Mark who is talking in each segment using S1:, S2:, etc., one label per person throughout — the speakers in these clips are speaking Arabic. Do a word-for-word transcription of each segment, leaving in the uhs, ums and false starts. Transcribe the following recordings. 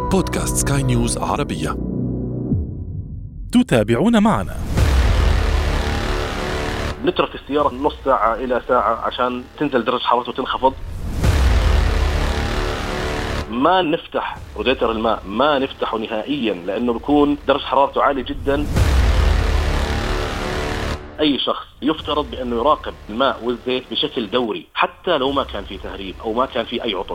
S1: بودكاست سكاي نيوز عربية.
S2: تتابعون معنا.
S3: نترك السيارة نص ساعة إلى ساعة عشان تنزل درجة حرارته وتنخفض. ما نفتح راديتر الماء، ما نفتحه نهائيا، لأنه بيكون درجة حرارته عالية جدا. أي شخص يفترض بأنه يراقب الماء والزيت بشكل دوري، حتى لو ما كان في تهريب أو ما كان في أي عطل.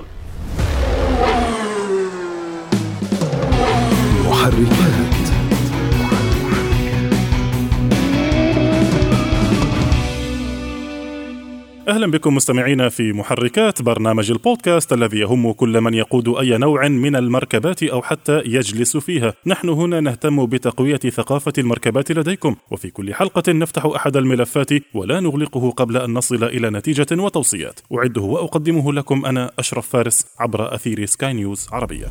S1: محركات.
S2: أهلا بكم مستمعينا في محركات، برنامج البودكاست الذي يهم كل من يقود أي نوع من المركبات أو حتى يجلس فيها. نحن هنا نهتم بتقوية ثقافة المركبات لديكم، وفي كل حلقة نفتح أحد الملفات ولا نغلقه قبل أن نصل إلى نتيجة وتوصيات. أعده وأقدمه لكم أنا أشرف فارس عبر أثير سكاي نيوز عربية.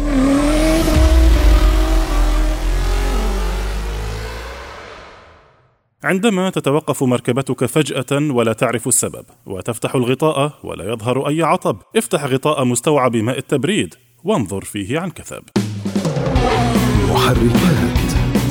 S2: عندما تتوقف مركبتك فجأة ولا تعرف السبب، وتفتح الغطاء ولا يظهر أي عطب، افتح غطاء مستوعب ماء التبريد وانظر فيه عن كثب.
S1: محركات.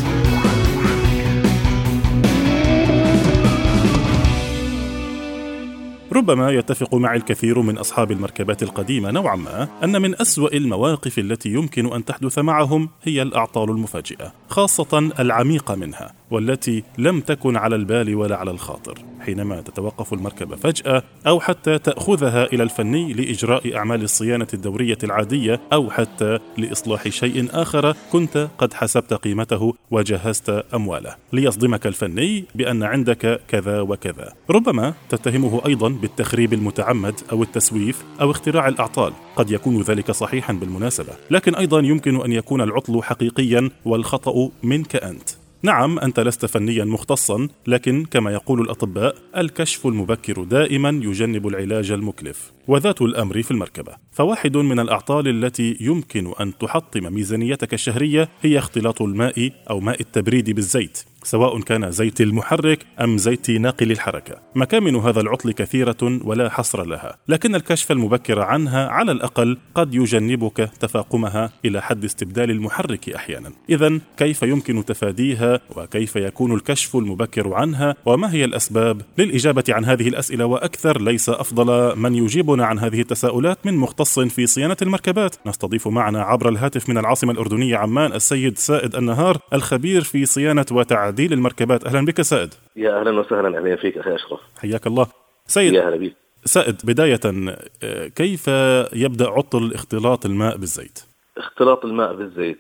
S2: ربما يتفق معي الكثير من أصحاب المركبات القديمة نوعا ما أن من أسوأ المواقف التي يمكن أن تحدث معهم هي الأعطال المفاجئة، خاصة العميقة منها والتي لم تكن على البال ولا على الخاطر. حينما تتوقف المركبة فجأة، أو حتى تأخذها إلى الفني لإجراء أعمال الصيانة الدورية العادية، أو حتى لإصلاح شيء آخر كنت قد حسبت قيمته وجهزت أمواله، ليصدمك الفني بأن عندك كذا وكذا. ربما تتهمه أيضا بالتخريب المتعمد أو التسويف أو اختراع الأعطال. قد يكون ذلك صحيحا بالمناسبة، لكن أيضا يمكن أن يكون العطل حقيقيا والخطأ منك أنت. نعم، أنت لست فنيا مختصا، لكن كما يقول الأطباء الكشف المبكر دائما يجنب العلاج المكلف. وذات الأمر في المركبة، فواحد من الأعطال التي يمكن أن تحطم ميزانيتك الشهرية هي اختلاط الماء أو ماء التبريد بالزيت، سواء كان زيت المحرك أم زيت ناقل الحركة. مكامن هذا العطل كثيرة ولا حصر لها، لكن الكشف المبكر عنها على الأقل قد يجنبك تفاقمها إلى حد استبدال المحرك أحيانا. إذن كيف يمكن تفاديها، وكيف يكون الكشف المبكر عنها، وما هي الأسباب؟ للإجابة عن هذه الأسئلة وأكثر، ليس أفضل من يجيبنا عن هذه التساؤلات من مختص في صيانة المركبات. نستضيف معنا عبر الهاتف من العاصمة الأردنية عمان السيد سائد النهار، الخبير في صيانة وتعديل المركبات. أهلا بك سائد.
S3: يا أهلا وسهلا، أهلا فيك أخي أشرف.
S2: حياك الله سيد.
S3: يا أهلا بك
S2: سائد، بداية كيف يبدأ عطل اختلاط الماء بالزيت؟
S3: اختلاط الماء بالزيت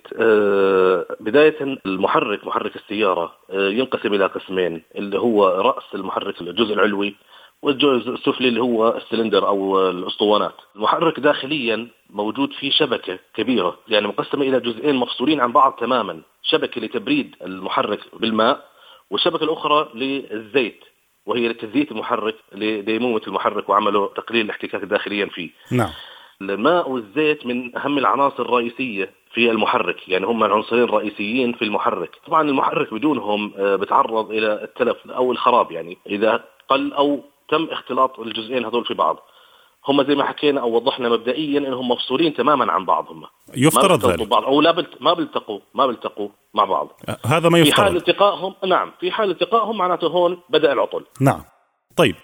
S3: أه بداية المحرك، محرك السيارة أه ينقسم إلى قسمين، اللي هو رأس المحرك الجزء العلوي، والجزء السفلي اللي هو السلندر أو الأسطوانات. المحرك داخليا موجود في شبكة كبيرة، يعني مقسمة إلى جزئين مفصولين عن بعض تماما، شبكة لتبريد المحرك بالماء، والشبكة الأخرى للزيت وهي لتزييت المحرك لديمومة المحرك وعمله تقليل الاحتكاك داخليا فيه.
S2: نعم.
S3: الماء والزيت من أهم العناصر الرئيسية في المحرك، يعني هم العنصرين الرئيسيين في المحرك. طبعا المحرك بدونهم بتعرض إلى التلف أو الخراب، يعني إذا قل أو تم اختلاط الجزئين هذول في بعض. هم زي ما حكينا أو وضحنا مبدئيا إنهم مفصولين تماما عن بعض، هم
S2: يفترض ذلك
S3: بعض أو لا بلت ما بيلتقوا ما بيلتقوا مع بعض.
S2: هذا ما يفترض.
S3: في حال التقائهم، نعم، في حال التقائهم معناته هون بدأ العطل.
S2: نعم. طيب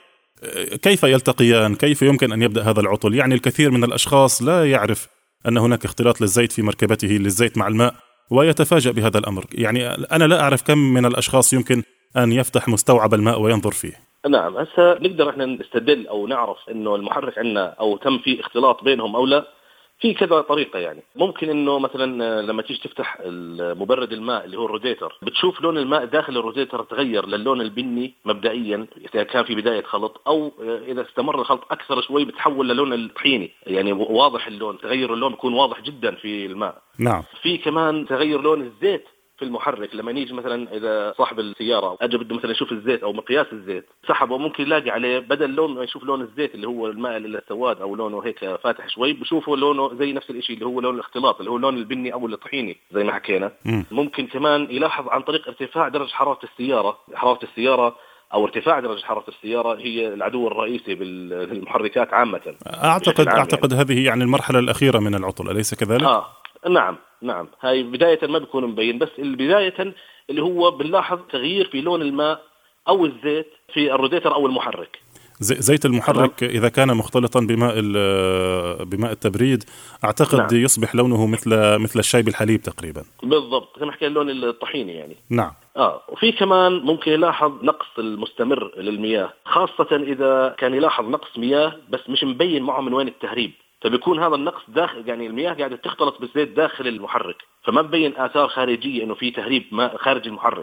S2: كيف يلتقيان؟ كيف يمكن أن يبدأ هذا العطل؟ يعني الكثير من الأشخاص لا يعرف أن هناك اختلاط للزيت في مركبته، للزيت مع الماء، ويتفاجأ بهذا الأمر. يعني أنا لا أعرف كم من الأشخاص يمكن أن يفتح مستوعب الماء وينظر فيه.
S3: نعم، هسه نقدر احنا نستدل او نعرف انه المحرك عندنا او تم في اختلاط بينهم او لا في كذا طريقة. يعني ممكن انه مثلا لما تيجي تفتح المبرد الماء اللي هو الروديتر، بتشوف لون الماء داخل الروديتر تغير للون البني مبدئيا اذا كان في بداية خلط، او اذا استمر الخلط اكثر شوي بتحول للون الطحيني، يعني واضح اللون، تغير اللون بيكون واضح جدا في الماء.
S2: نعم.
S3: في كمان تغير لون الزيت في المحرك. لما نيجي مثلا اذا صاحب السياره اجى بده مثلا يشوف الزيت او مقياس الزيت سحبه، ممكن يلاقي عليه بدل لون ما يشوف لون الزيت اللي هو الماء السواد او لونه هيك فاتح شوي، بشوفه لونه زي نفس الشيء اللي هو لون الاختلاط اللي هو لون البني او الطحيني زي ما حكينا. م. ممكن كمان يلاحظ عن طريق ارتفاع درجه حراره السياره. حراره السياره او ارتفاع درجة حرارة السيارة هي العدو الرئيسي بالمحركات عامة.
S2: اعتقد اعتقد يعني. هذه يعني المرحلة الأخيرة من العطل، أليس كذلك؟
S3: اه نعم نعم، هاي بداية ما بيكون مبين، بس البداية اللي هو بنلاحظ تغيير في لون الماء أو الزيت في الروديتر أو المحرك.
S2: زيت المحرك
S3: تمام؟
S2: إذا كان مختلطا بماء بماء التبريد أعتقد
S3: نعم.
S2: يصبح لونه مثل مثل الشاي بالحليب تقريبا.
S3: بالضبط، كما حكي اللون الطحيني يعني.
S2: نعم.
S3: آه وفي كمان ممكن يلاحظ نقص المستمر للمياه، خاصة إذا كان يلاحظ نقص مياه بس مش مبين معه من وين التهريب، فبيكون هذا النقص داخل، يعني المياه قاعدة تختلط بالزيت داخل المحرك، فما مبين آثار خارجية إنه في تهريب ماء خارج المحرك.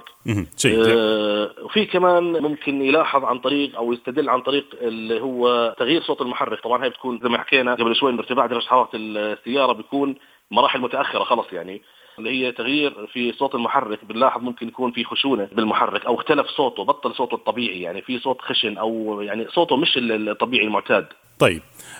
S3: آه وفي كمان ممكن يلاحظ عن طريق أو يستدل عن طريق اللي هو تغيير صوت المحرك. طبعا هاي بتكون زي ما حكينا قبل شوي إن ارتفاع درجة حرارة السيارة بيكون مراحل متأخرة خلص، يعني اللي هي تغيير في صوت المحرك. بنلاحظ ممكن يكون في خشونة بالمحرك أو اختلف صوته، بطل صوته الطبيعي، يعني في صوت خشن أو يعني صوته مش الطبيعي المعتاد.
S2: طيب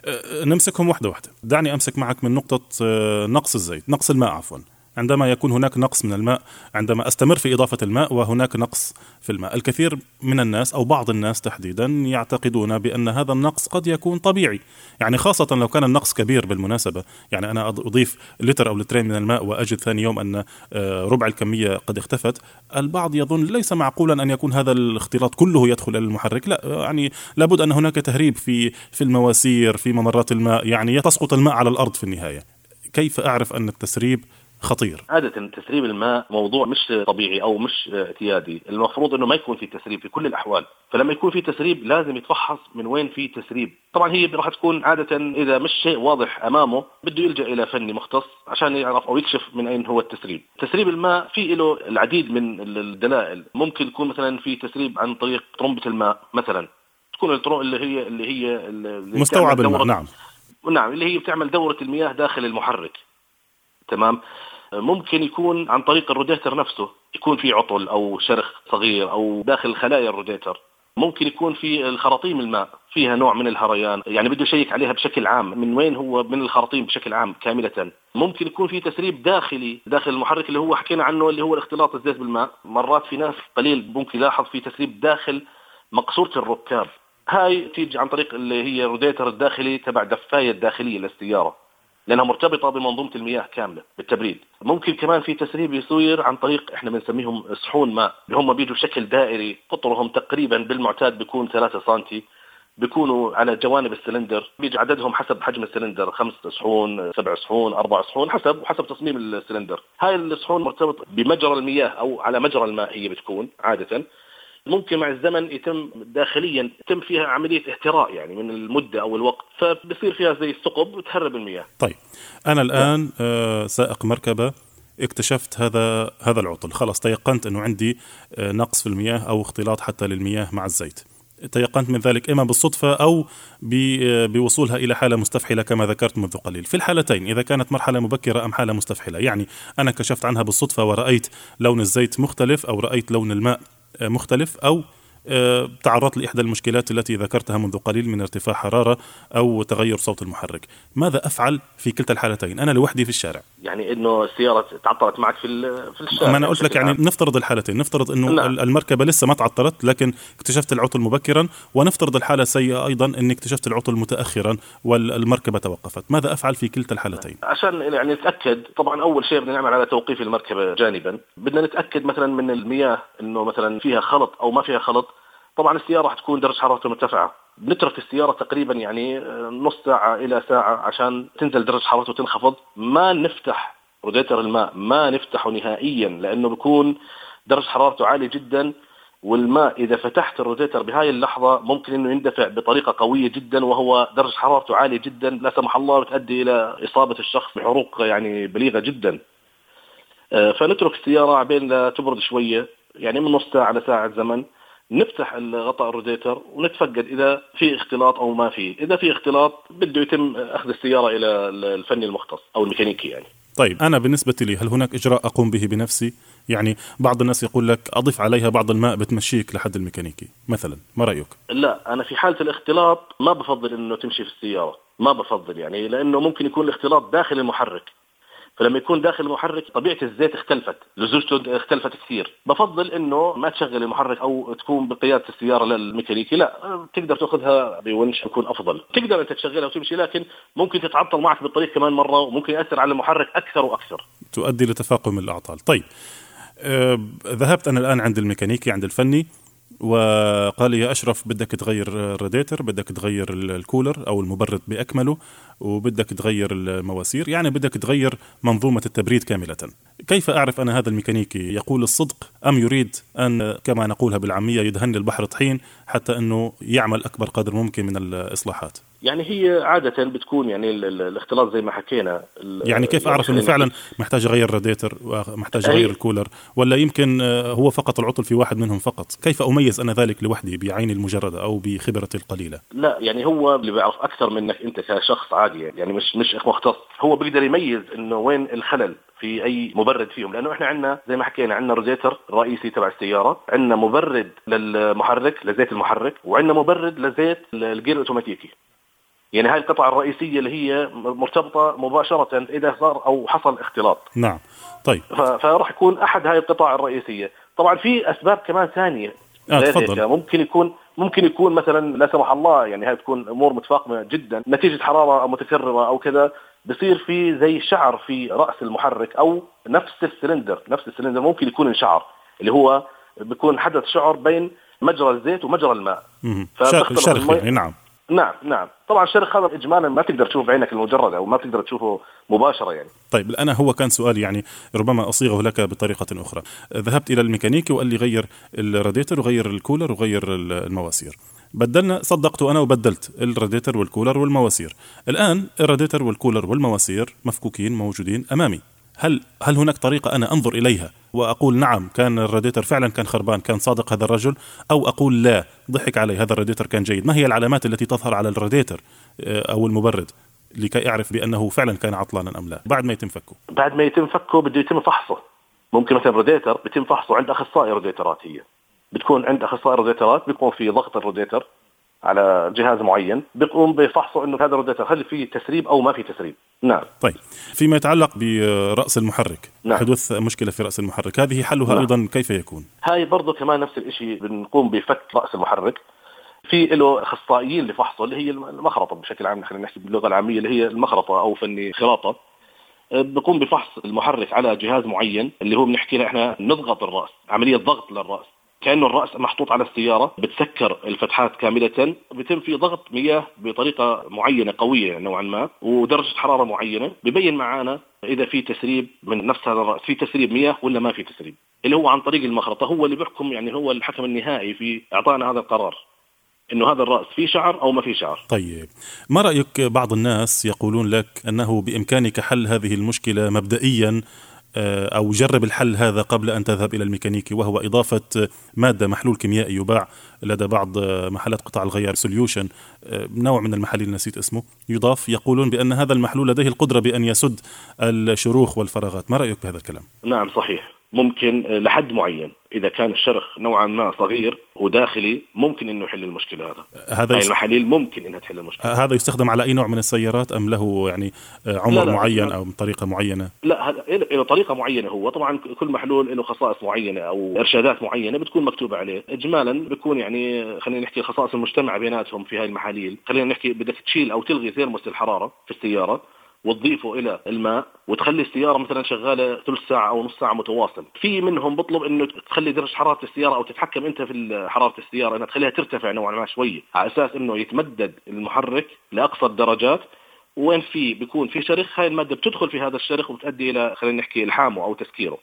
S2: نمسكهم واحدة واحدة. دعني أمسك معك من نقطة نقص الزيت، نقص الماء عفوا. عندما يكون هناك نقص من الماء، عندما أستمر في إضافة الماء وهناك نقص في الماء، الكثير من الناس أو بعض الناس تحديدا يعتقدون بأن هذا النقص قد يكون طبيعي، يعني خاصة لو كان النقص كبير بالمناسبة. يعني أنا أضيف لتر أو لترين من الماء وأجد ثاني يوم أن ربع الكمية قد اختفت، البعض يظن ليس معقولا أن يكون هذا الاختلاط كله يدخل إلى المحرك. لا، يعني لابد أن هناك تهريب في في المواسير، في ممرات الماء، يعني تسقط الماء على الأرض في النهاية. كيف أعرف أن التسريب خطير؟
S3: عادة تسريب الماء موضوع مش طبيعي أو مش اعتيادي، المفروض أنه ما يكون في تسريب في كل الأحوال. فلما يكون في تسريب لازم يتفحص من وين في تسريب. طبعا هي راح تكون عادة إذا مش شيء واضح أمامه بده يلجأ إلى فني مختص عشان يعرف أو يكشف من أين هو التسريب. تسريب الماء في له العديد من الدلائل. ممكن يكون مثلا في تسريب عن طريق طرمبة الماء مثلا، تكون الطرق اللي هي اللي هي اللي
S2: مستوعب الماء. نعم
S3: نعم، اللي هي بتعمل دورة المياه داخل المحرك. تمام. ممكن يكون عن طريق الروديتر نفسه، يكون في عطل أو شرخ صغير أو داخل خلايا الروديتر. ممكن يكون في الخراطيم الماء فيها نوع من الهريان، يعني بده يشيك عليها بشكل عام من وين هو من الخراطيم بشكل عام كاملة. ممكن يكون في تسريب داخلي داخل المحرك اللي هو حكينا عنه اللي هو الاختلاط الزيت بالماء. مرات في ناس قليل ممكن يلاحظ في تسريب داخل مقصورة الركاب، هاي تيجي عن طريق اللي هي الروديتر الداخلي تبع دفاية الداخلية للسيارة، لأنها مرتبطة بمنظومة المياه كاملة بالتبريد. ممكن كمان في تسريب يصير عن طريق احنا بنسميهم صحون ماء، هم بيجوا بشكل دائري، قطرهم تقريبا بالمعتاد بيكون ثلاثة سنتي، بيكونوا على جوانب السلندر، بيجي عددهم حسب حجم السلندر، خمس صحون، سبع صحون، أربع صحون، حسب وحسب تصميم السلندر. هاي الصحون مرتبطة بمجرى المياه أو على مجرى الماء هي بتكون عادة. ممكن مع الزمن يتم داخليا يتم فيها عملية اهتراء يعني من المدة أو الوقت، فبصير فيها زي الثقب وتهرب المياه.
S2: طيب أنا الآن آه سائق مركبة، اكتشفت هذا هذا العطل، خلاص تيقنت أنه عندي آه نقص في المياه أو اختلاط حتى للمياه مع الزيت. تيقنت من ذلك إما بالصدفة أو بوصولها إلى حالة مستفحلة كما ذكرت منذ قليل. في الحالتين إذا كانت مرحلة مبكرة أم حالة مستفحلة، يعني أنا كشفت عنها بالصدفة ورأيت لون الزيت مختلف أو رأيت لون الماء مختلف أو تعرضت لإحدى المشكلات التي ذكرتها منذ قليل من ارتفاع حرارة أو تغير صوت المحرك، ماذا أفعل في كلتا الحالتين؟ أنا لوحدي في الشارع،
S3: يعني إنه السيارة تعطلت معك في في الشارع.
S2: ما أنا قلت لك يعني نفترض الحالتين، نفترض إنه لا. المركبة لسه ما تعطلت لكن اكتشفت العطل مبكرا، ونفترض الحالة السيئة أيضا إني اكتشفت العطل متأخرا والمركبة توقفت. ماذا أفعل في كلتا الحالتين؟
S3: عشان يعني نتأكد، طبعا أول شيء بدنا نعمل على توقيف المركبة جانبا، بدنا نتأكد مثلا من المياه إنه مثلا فيها خلط أو ما فيها خلط. طبعا السيارة حتكون درجة حرارتها مرتفعة، بنترك السيارة تقريبا يعني نص ساعة إلى ساعة عشان تنزل درجة حرارته وتنخفض. ما نفتح روديتر الماء، ما نفتحه نهائيا، لأنه بيكون درجة حرارته عالية جدا، والماء إذا فتحت الروديتر بهاي اللحظة ممكن إنه يندفع بطريقة قوية جدا، وهو درجة حرارته عالية جدا، لا سمح الله بتؤدي إلى إصابة الشخص بحروق يعني بليغة جدا. فنترك السيارة عبين لا تبرد شوية، يعني من نص ساعة لساعة زمن، نفتح الغطاء الروديتر ونتفقد إذا في اختلاط أو ما في. إذا في اختلاط بده يتم أخذ السيارة إلى الفني المختص أو الميكانيكي يعني.
S2: طيب أنا بالنسبة لي هل هناك إجراء أقوم به بنفسي؟ يعني بعض الناس يقول لك أضيف عليها بعض الماء بتمشيك لحد الميكانيكي مثلا، ما رأيك؟
S3: لا، أنا في حالة الاختلاط ما بفضل إنه تمشي في السيارة، ما بفضل يعني، لأنه ممكن يكون الاختلاط داخل المحرك، فلما يكون داخل المحرك طبيعة الزيت اختلفت، لزوجته اختلفت كثير. بفضل انه ما تشغل المحرك او تكون بقيادة السيارة للميكانيكي، لا تقدر تاخذها بونش يكون افضل. تقدر انت تشغلها وتمشي، لكن ممكن تتعطل معك بالطريق كمان مرة، وممكن يأثر على المحرك اكثر واكثر،
S2: تؤدي لتفاقم الاعطال. طيب أه ذهبت انا الان عند الميكانيكي، عند الفني، وقال لي يا أشرف بدك تغير الراديتر، بدك تغير الكولر أو المبرد بأكمله، وبدك تغير المواسير، يعني بدك تغير منظومة التبريد كاملة. كيف أعرف أن هذا الميكانيكي يقول الصدق أم يريد أن كما نقولها بالعامية يدهن البحر طحين حتى أنه يعمل أكبر قدر ممكن من الإصلاحات؟
S3: يعني هي عادة بتكون يعني الاختلاط زي ما حكينا.
S2: يعني كيف أعرف أنه فعلا محتاج أغير الراديتر ومحتاج أغير الكولر، ولا يمكن هو فقط العطل في واحد منهم فقط؟ كيف أميز أنا ذلك لوحدي بعيني المجردة أو بخبرتي القليلة؟
S3: لا يعني هو اللي بيعرف أكثر منك أنت كشخص عادي، يعني مش مش مختص، هو بيقدر يميز إنه وين الخلل في أي مبرد فيهم. لأنه إحنا عندنا زي ما حكينا عندنا راديتر رئيسي تبع السيارة، عندنا مبرد للمحرك لزيت المحرك، وعندنا مبرد لزيت الجير الأوتوماتيكي. يعني هاي القطعة الرئيسية اللي هي مرتبطة مباشرة إذا صار أو حصل اختلاط.
S2: نعم. طيب
S3: فراح يكون أحد هاي القطع الرئيسية. طبعا في أسباب كمان ثانية.
S2: آه
S3: ممكن يكون ممكن يكون مثلا لا سمح الله، يعني هاي تكون أمور متفاقمة جدا نتيجة حرارة متكررة أو كذا، بصير في زي شعر في رأس المحرك أو نفس السلندر نفس السلندر ممكن يكون انشعر، اللي هو بيكون حدث شعر بين مجرى الزيت ومجرى الماء.
S2: فشرخ يعني. نعم
S3: نعم نعم طبعا الشرخ هذا إجمالا ما تقدر تشوف بعينك المجردة أو ما تقدر تشوفه مباشرة يعني.
S2: طيب أنا هو كان سؤالي يعني ربما أصيغه لك بطريقة أخرى. ذهبت إلى الميكانيكي وقال لي غير الراديتر وغير الكولر وغير المواسير. بدلنا، صدقت أنا وبدلت الراديتر والكولر والمواسير. الآن الراديتر والكولر والمواسير مفكوكين موجودين أمامي. هل هل هناك طريقة أنا أنظر إليها وأقول نعم كان الراديتر فعلا كان خربان، كان صادق هذا الرجل، أو أقول لا ضحك علي هذا الراديتر كان جيد؟ ما هي العلامات التي تظهر على الراديتر أو المبرد لكي أعرف بأنه فعلا كان عطلانا أم لا بعد ما يتم فكه؟
S3: بعد ما يتم فكه بده يتم فحصه. ممكن مثلا الراديتر بيتم فحصه عند أخصائي راديترات، هي بتكون عند أخصائي راديترات، بيكون في ضغط الراديتر على جهاز معين بيقوم بفحصه انه هذا الراديتر هل فيه تسريب او ما فيه تسريب. نعم.
S2: طيب فيما يتعلق برأس المحرك،
S3: نعم.
S2: حدوث مشكلة في رأس المحرك، هذه حلها نعم. ايضا كيف يكون؟
S3: هاي برضو كمان نفس الشيء، بنقوم بفك رأس المحرك، في له اخصائيين لفحصه اللي هي المخرطة بشكل عام، خلينا نحكي باللغة العامية اللي هي المخرطة او فني خراطة، بقوم بفحص المحرك على جهاز معين اللي هو بنحكي له احنا نضغط الرأس، عملية ضغط للرأس، كأنه الرأس محطوط على السيارة، بتسكر الفتحات كاملة، بيتم في ضغط مياه بطريقة معينة قوية نوعا ما ودرجة حرارة معينة، ببين معانا إذا في تسريب من نفس هذا الرأس، في تسريب مياه ولا ما في تسريب، اللي هو عن طريق المخرطة. هو اللي بيحكم، يعني هو الحكم النهائي في إعطائنا هذا القرار إنه هذا الرأس فيه شعر أو ما فيه شعر.
S2: طيب ما رأيك بعض الناس يقولون لك أنه بإمكانك حل هذه المشكلة مبدئيا، أو جرب الحل هذا قبل أن تذهب إلى الميكانيكي، وهو إضافة مادة محلول كيميائي يباع لدى بعض محلات قطع الغيار، سوليوشن نوع من المحاليل نسيت اسمه، يضاف، يقولون بأن هذا المحلول لديه القدرة بأن يسد الشروخ والفراغات. ما رأيك بهذا الكلام؟
S3: نعم صحيح، ممكن لحد معين إذا كان الشرخ نوعا ما صغير وداخلي ممكن إنه يحل المشكلة. هذا هذا يس... المحاليل ممكن إنها تحل المشكلة.
S2: هذا يستخدم على أي نوع من السيارات أم له يعني عمر لا لا معين لا. أو طريقة معينة؟
S3: لا هذا له طريقة معينة. هو طبعا كل محلول له خصائص معينة أو إرشادات معينة بتكون مكتوبة عليه. إجمالا بيكون يعني خلينا نحكي خصائص المجتمع بيناتهم في هاي المحاليل. خلينا نحكي بدك تشيل أو تلغي ثيرموس الحرارة في السيارة وتضيفه إلى الماء وتخلي السيارة مثلا شغالة ثلث ساعة أو نص ساعة متواصل. في منهم بطلب إنه تخلي درجة حرارة السيارة أو تتحكم أنت في حرارة السيارة إنها تخليها ترتفع نوعا ما شوية على أساس إنه يتمدد المحرك لأقصى الدرجات. وين في بيكون في شرخ، هاي المادة بتدخل في هذا الشرخ وبتؤدي إلى خلينا نحكي إلحامه أو تسكيره.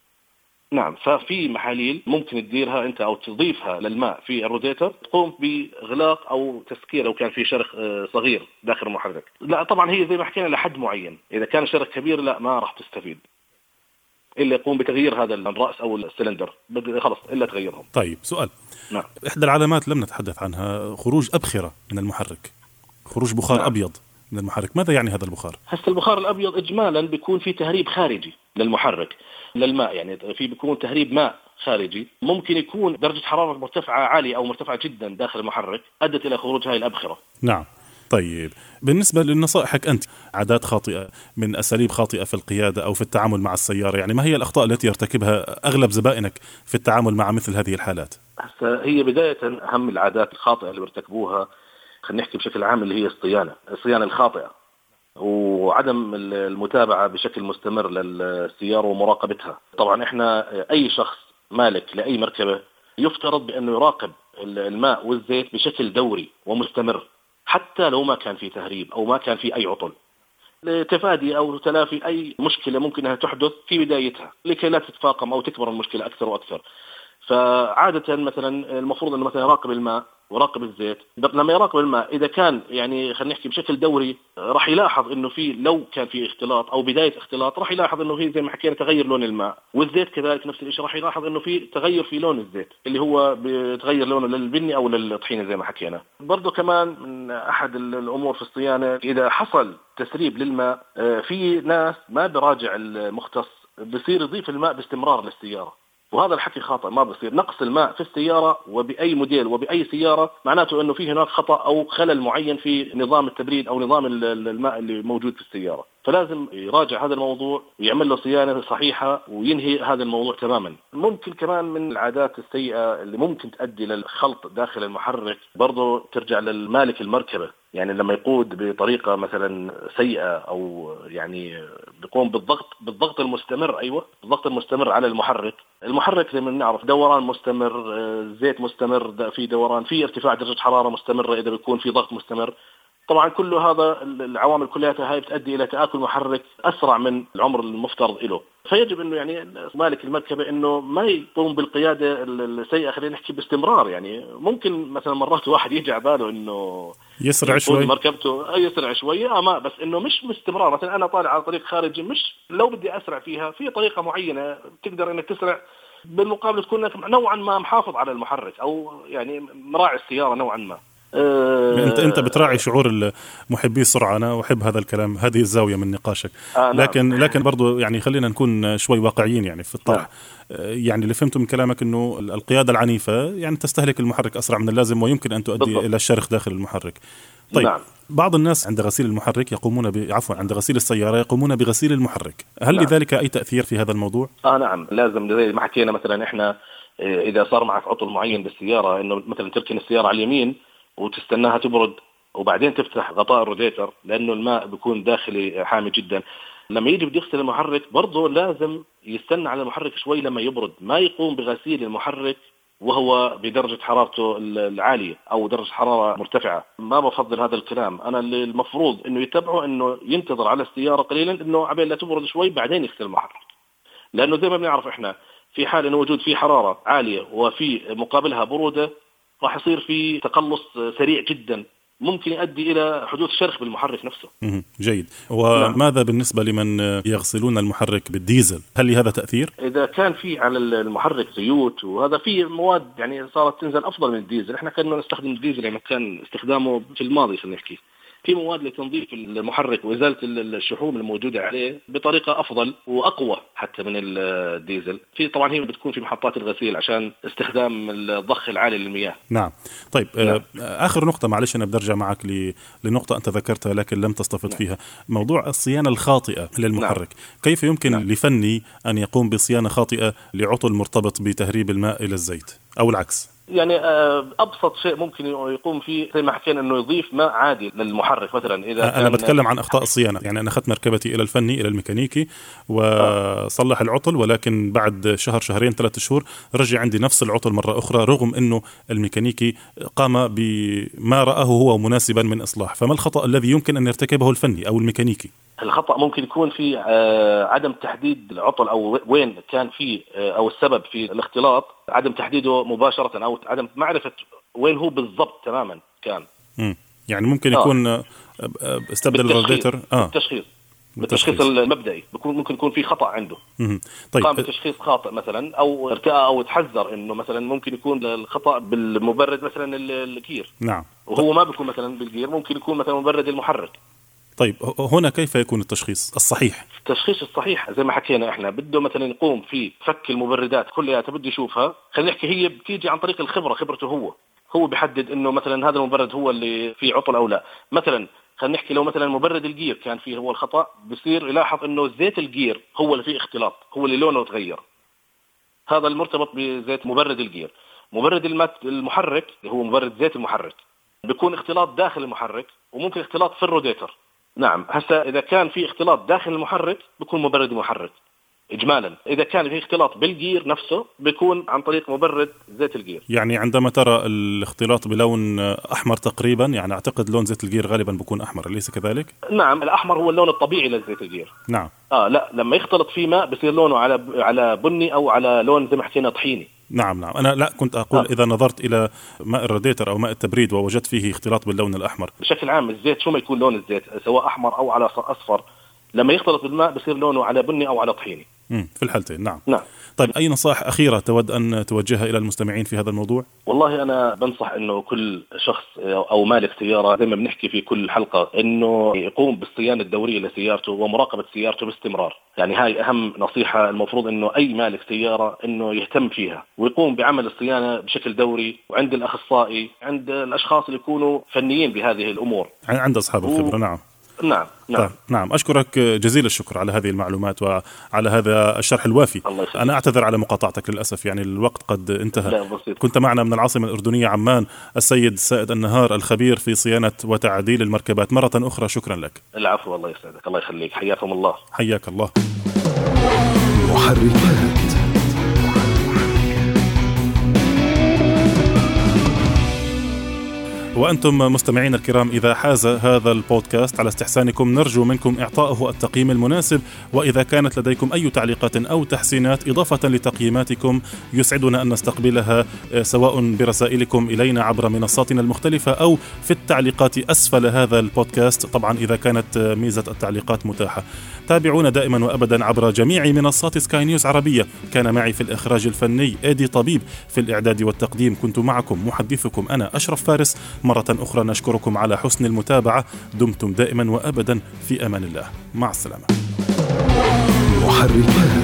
S3: نعم، ففي محاليل ممكن تديرها أنت أو تضيفها للماء في الراديتر تقوم بإغلاق أو تسكير لو كان في شرخ صغير داخل المحرك. لا طبعا هي زي ما حكينا لحد معين، إذا كان شرخ كبير لا ما راح تستفيد إلا يقوم بتغيير هذا الرأس أو السلندر، خلص إلا تغيرهم.
S2: طيب سؤال.
S3: نعم.
S2: إحدى العلامات لم نتحدث عنها خروج أبخرة من المحرك، خروج بخار نعم. أبيض من المحرك. ماذا يعني هذا البخار؟
S3: هسه البخار الأبيض إجمالا بيكون في تهريب خارجي للمحرك للماء، يعني في بيكون تهريب ماء خارجي. ممكن يكون درجة حرارة مرتفعة عالية أو مرتفعة جدا داخل المحرك أدت إلى خروج هاي الأبخرة.
S2: نعم. طيب بالنسبة لنصائحك أنت، عادات خاطئة من أساليب خاطئة في القيادة أو في التعامل مع السيارة، يعني ما هي الأخطاء التي يرتكبها أغلب زبائنك في التعامل مع مثل هذه الحالات؟
S3: هي بداية أهم العادات الخاطئة اللي بيرتكبوها، خلينا نحكي بشكل عام، اللي هي الصيانة الصيانة الخاطئة وعدم المتابعة بشكل مستمر للسيارة ومراقبتها. طبعا إحنا أي شخص مالك لأي مركبة يفترض بأنه يراقب الماء والزيت بشكل دوري ومستمر، حتى لو ما كان في تهريب أو ما كان في أي عطل، لتفادي أو تلافي أي مشكلة ممكن أن تحدث في بدايتها لكي لا تتفاقم أو تكبر المشكلة أكثر وأكثر. فعادة مثلا المفروض أنه مثلا يراقب الماء وراقب الزيت. لما يراقب الماء إذا كان يعني خلينا نحكي بشكل دوري، راح يلاحظ إنه في لو كان في اختلاط أو بداية اختلاط، راح يلاحظ إنه في زي ما حكينا تغير لون الماء، والزيت كذلك نفس الشيء، راح يلاحظ إنه في تغير في لون الزيت اللي هو بتغير لونه للبني أو للطحينة زي ما حكينا. برضو كمان من أحد الأمور في الصيانة، إذا حصل تسريب للماء، في ناس ما براجع المختص بصير يضيف الماء باستمرار للسيارة، وهذا الحكي خاطئ. ما بصير نقص الماء في السيارة وبأي موديل وبأي سيارة، معناته أنه في هناك خطأ أو خلل معين في نظام التبريد أو نظام الماء اللي موجود في السيارة. فلازم يراجع هذا الموضوع ويعمل له صيانة صحيحة وينهي هذا الموضوع تماما. ممكن كمان من العادات السيئة اللي ممكن تؤدي للخلط داخل المحرك برضو ترجع للمالك المركبة، يعني لما يقود بطريقة مثلا سيئة أو يعني بيقوم بالضغط بالضغط المستمر. أيوة الضغط المستمر على المحرك. المحرك زي ما نعرف دوران مستمر، زيت مستمر في دوران، في ارتفاع درجة حرارة مستمرة إذا بيكون في ضغط مستمر. طبعا كل هذا العوامل كلها هاي بتؤدي إلى تآكل المحرك أسرع من العمر المفترض له. فيجب إنه يعني مالك المركبة إنه ما يقوم بالقيادة السيئة، خلينا نحكي باستمرار. يعني ممكن مثلا مرات واحد يجي على باله إنه
S2: يسرع شوي
S3: مركبته يسرع شوية، أما بس إنه مش باستمرار. مثلا أنا طالع على طريق خارجي، مش لو بدي أسرع فيها في طريقة معينة تقدر إنك تسرع، بالمقابل تكون نوعا ما محافظ على المحرك أو يعني مراعي السيارة نوعا ما.
S2: انت انت بتراعي شعور محبي السرعه. انا احب هذا الكلام، هذه الزاويه من نقاشك.
S3: آه
S2: لكن نعم. لكن برضو يعني خلينا نكون شوي واقعيين يعني في الطرح. نعم. يعني اللي فهمته من كلامك انه القياده العنيفه يعني تستهلك المحرك اسرع من اللازم ويمكن ان تؤدي بالضبط. الى الشرخ داخل المحرك. طيب نعم. بعض الناس عند غسيل المحرك يقومون ب... عفوا عند غسيل السياره يقومون بغسيل المحرك. هل نعم. لذلك اي تاثير في هذا الموضوع؟ اه
S3: نعم لازم، زي ما حكينا مثلا احنا اذا صار معك عطل معين بالسياره، انه مثلا تركن السياره على اليمين وتستناها تبرد وبعدين تفتح غطاء الراديتر، لأنه الماء بيكون داخلي حامي جدا. لما يجي بده يغسل المحرك برضه لازم يستنى على المحرك شوي لما يبرد، ما يقوم بغسيل المحرك وهو بدرجة حرارته العالية أو درجة حرارة مرتفعة. ما بفضل هذا الكلام. أنا اللي المفروض إنه يتبعه إنه ينتظر على السيارة قليلا، إنه عبين لا تبرد شوي بعدين يغسل المحرك، لأنه زي ما بنعرف إحنا في حال إنه وجود في حرارة عالية وفي مقابلها برودة، راح يصير في تقلص سريع جدا ممكن يؤدي إلى حدوث شرخ بالمحرك نفسه.
S2: جيد. وماذا بالنسبة لمن يغسلون المحرك بالديزل؟ هل لهذا تأثير؟
S3: إذا كان في على المحرك زيوت وهذا في مواد يعني صارت تنزل أفضل من الديزل. إحنا كنا نستخدم الديزل يعني كان استخدامه في الماضي، خلينا نحكي في مواد لتنظيف المحرك وإزالة الشحوم الموجودة عليه بطريقة أفضل وأقوى حتى من الديزل. في طبعا هي بتكون في محطات الغسيل عشان استخدام الضخ العالي للمياه.
S2: نعم. طيب نعم. آخر نقطة، معلش أنا بدرجة معك لنقطة أنت ذكرتها لكن لم تستفد نعم. فيها، موضوع الصيانة الخاطئة للمحرك. نعم. كيف يمكن نعم. لفني أن يقوم بصيانة خاطئة لعطل مرتبط بتهريب الماء إلى الزيت أو العكس؟
S3: يعني أبسط شيء ممكن يقوم فيه زي ما حكينا إنه يضيف ماء عادي للمحرك. مثلا إذا
S2: أنا بتكلم عن أخطاء الصيانة، يعني أنا أخذت مركبتي إلى الفني إلى الميكانيكي وصلح العطل، ولكن بعد شهر شهرين ثلاثة شهور رجع عندي نفس العطل مرة أخرى، رغم أنه الميكانيكي قام بما رآه هو مناسبا من إصلاح. فما الخطأ الذي يمكن أن يرتكبه الفني أو الميكانيكي؟
S3: الخطأ ممكن يكون في عدم تحديد العطل أو وين كان فيه أو السبب في الاختلاط، عدم تحديده مباشرة أو عدم معرفة وين هو بالضبط تماما كان.
S2: مم. يعني ممكن يكون آه. استبدل الراديتر
S3: آه. بالتشخيص بالتشخيص المبدئي بيكون ممكن يكون في خطأ عنده.
S2: مم. طيب.
S3: قام بتشخيص خاطئ مثلا أو ارتأى أو تحذر إنه مثلا ممكن يكون الخطأ بالمبرد مثلا الجير.
S2: نعم.
S3: وهو ما بيكون مثلا بالجير، ممكن يكون مثلا مبرد المحرك.
S2: طيب هنا كيف يكون التشخيص الصحيح؟
S3: التشخيص الصحيح زي ما حكينا احنا بده مثلا يقوم في فك المبردات كلها، بده يشوفها. خلينا نحكي هي بتيجي عن طريق الخبرة، خبرته هو هو بيحدد انه مثلا هذا المبرد هو اللي فيه عطل او لا. مثلا خلينا نحكي لو مثلا مبرد الجير كان فيه هو الخطأ، بصير يلاحظ انه زيت الجير هو اللي فيه اختلاط، هو اللي لونه تغير. هذا المرتبط بزيت مبرد الجير. مبرد المحرك هو مبرد زيت المحرك، بيكون اختلاط داخل المحرك وممكن اختلاط في الروديتر. نعم، هسه اذا كان في اختلاط داخل المحرك بيكون مبرد محرك اجمالا. اذا كان في اختلاط بالجير نفسه بيكون عن طريق مبرد زيت الجير.
S2: يعني عندما ترى الاختلاط بلون احمر تقريبا، يعني اعتقد لون زيت الجير غالبا بيكون احمر، اليس كذلك؟
S3: نعم، الاحمر هو اللون الطبيعي لزيت الجير.
S2: نعم.
S3: اه لا، لما يختلط فيه ماء بصير لونه على على بني او على لون زي ما حكينا طحيني.
S2: نعم نعم، أنا لا كنت أقول آه. إذا نظرت إلى ماء الراديتر أو ماء التبريد ووجدت فيه اختلاط باللون الأحمر.
S3: بشكل عام الزيت شو ما يكون لون الزيت سواء أحمر أو على أصفر، لما يختلط بالماء بصير لونه على بني أو على طحيني.
S2: امم في الحالتين. نعم
S3: نعم.
S2: طيب، أي نصائح أخيرة تود أن توجهها إلى المستمعين في هذا الموضوع؟
S3: والله أنا بنصح إنه كل شخص أو مالك سيارة زي ما بنحكي في كل حلقة إنه يقوم بالصيانة الدورية لسيارته ومراقبة سيارته باستمرار. يعني هاي أهم نصيحة المفروض إنه أي مالك سيارة إنه يهتم فيها ويقوم بعمل الصيانة بشكل دوري، وعند الأخصائي، عند الأشخاص اللي يكونوا فنيين بهذه الأمور،
S2: عند أصحاب الخبرة. و... نعم
S3: نعم نعم.
S2: طيب. نعم، أشكرك جزيل الشكر على هذه المعلومات وعلى هذا الشرح الوافي. أنا أعتذر على مقاطعتك للأسف، يعني الوقت قد انتهى. كنت معنا من العاصمة الأردنية عمان السيد سائد النهار الخبير في صيانة وتعديل المركبات. مرة أخرى شكرا لك.
S3: العفو، الله يسعدك، الله يخليك، حياكم الله.
S2: حياك الله.
S1: محركات.
S2: وأنتم مستمعين الكرام، إذا حاز هذا البودكاست على استحسانكم نرجو منكم إعطائه التقييم المناسب، وإذا كانت لديكم أي تعليقات أو تحسينات إضافة لتقييماتكم يسعدنا أن نستقبلها، سواء برسائلكم إلينا عبر منصاتنا المختلفة أو في التعليقات أسفل هذا البودكاست، طبعا إذا كانت ميزة التعليقات متاحة. تابعونا دائما وأبدا عبر جميع منصات سكاي نيوز عربية. كان معي في الإخراج الفني إيدي طبيب، في الإعداد والتقديم كنت معكم محدثكم أنا أشرف فارس. مرة أخرى نشكركم على حسن المتابعة. دمتم دائما وأبدا في أمان الله. مع السلامة.
S1: محركات.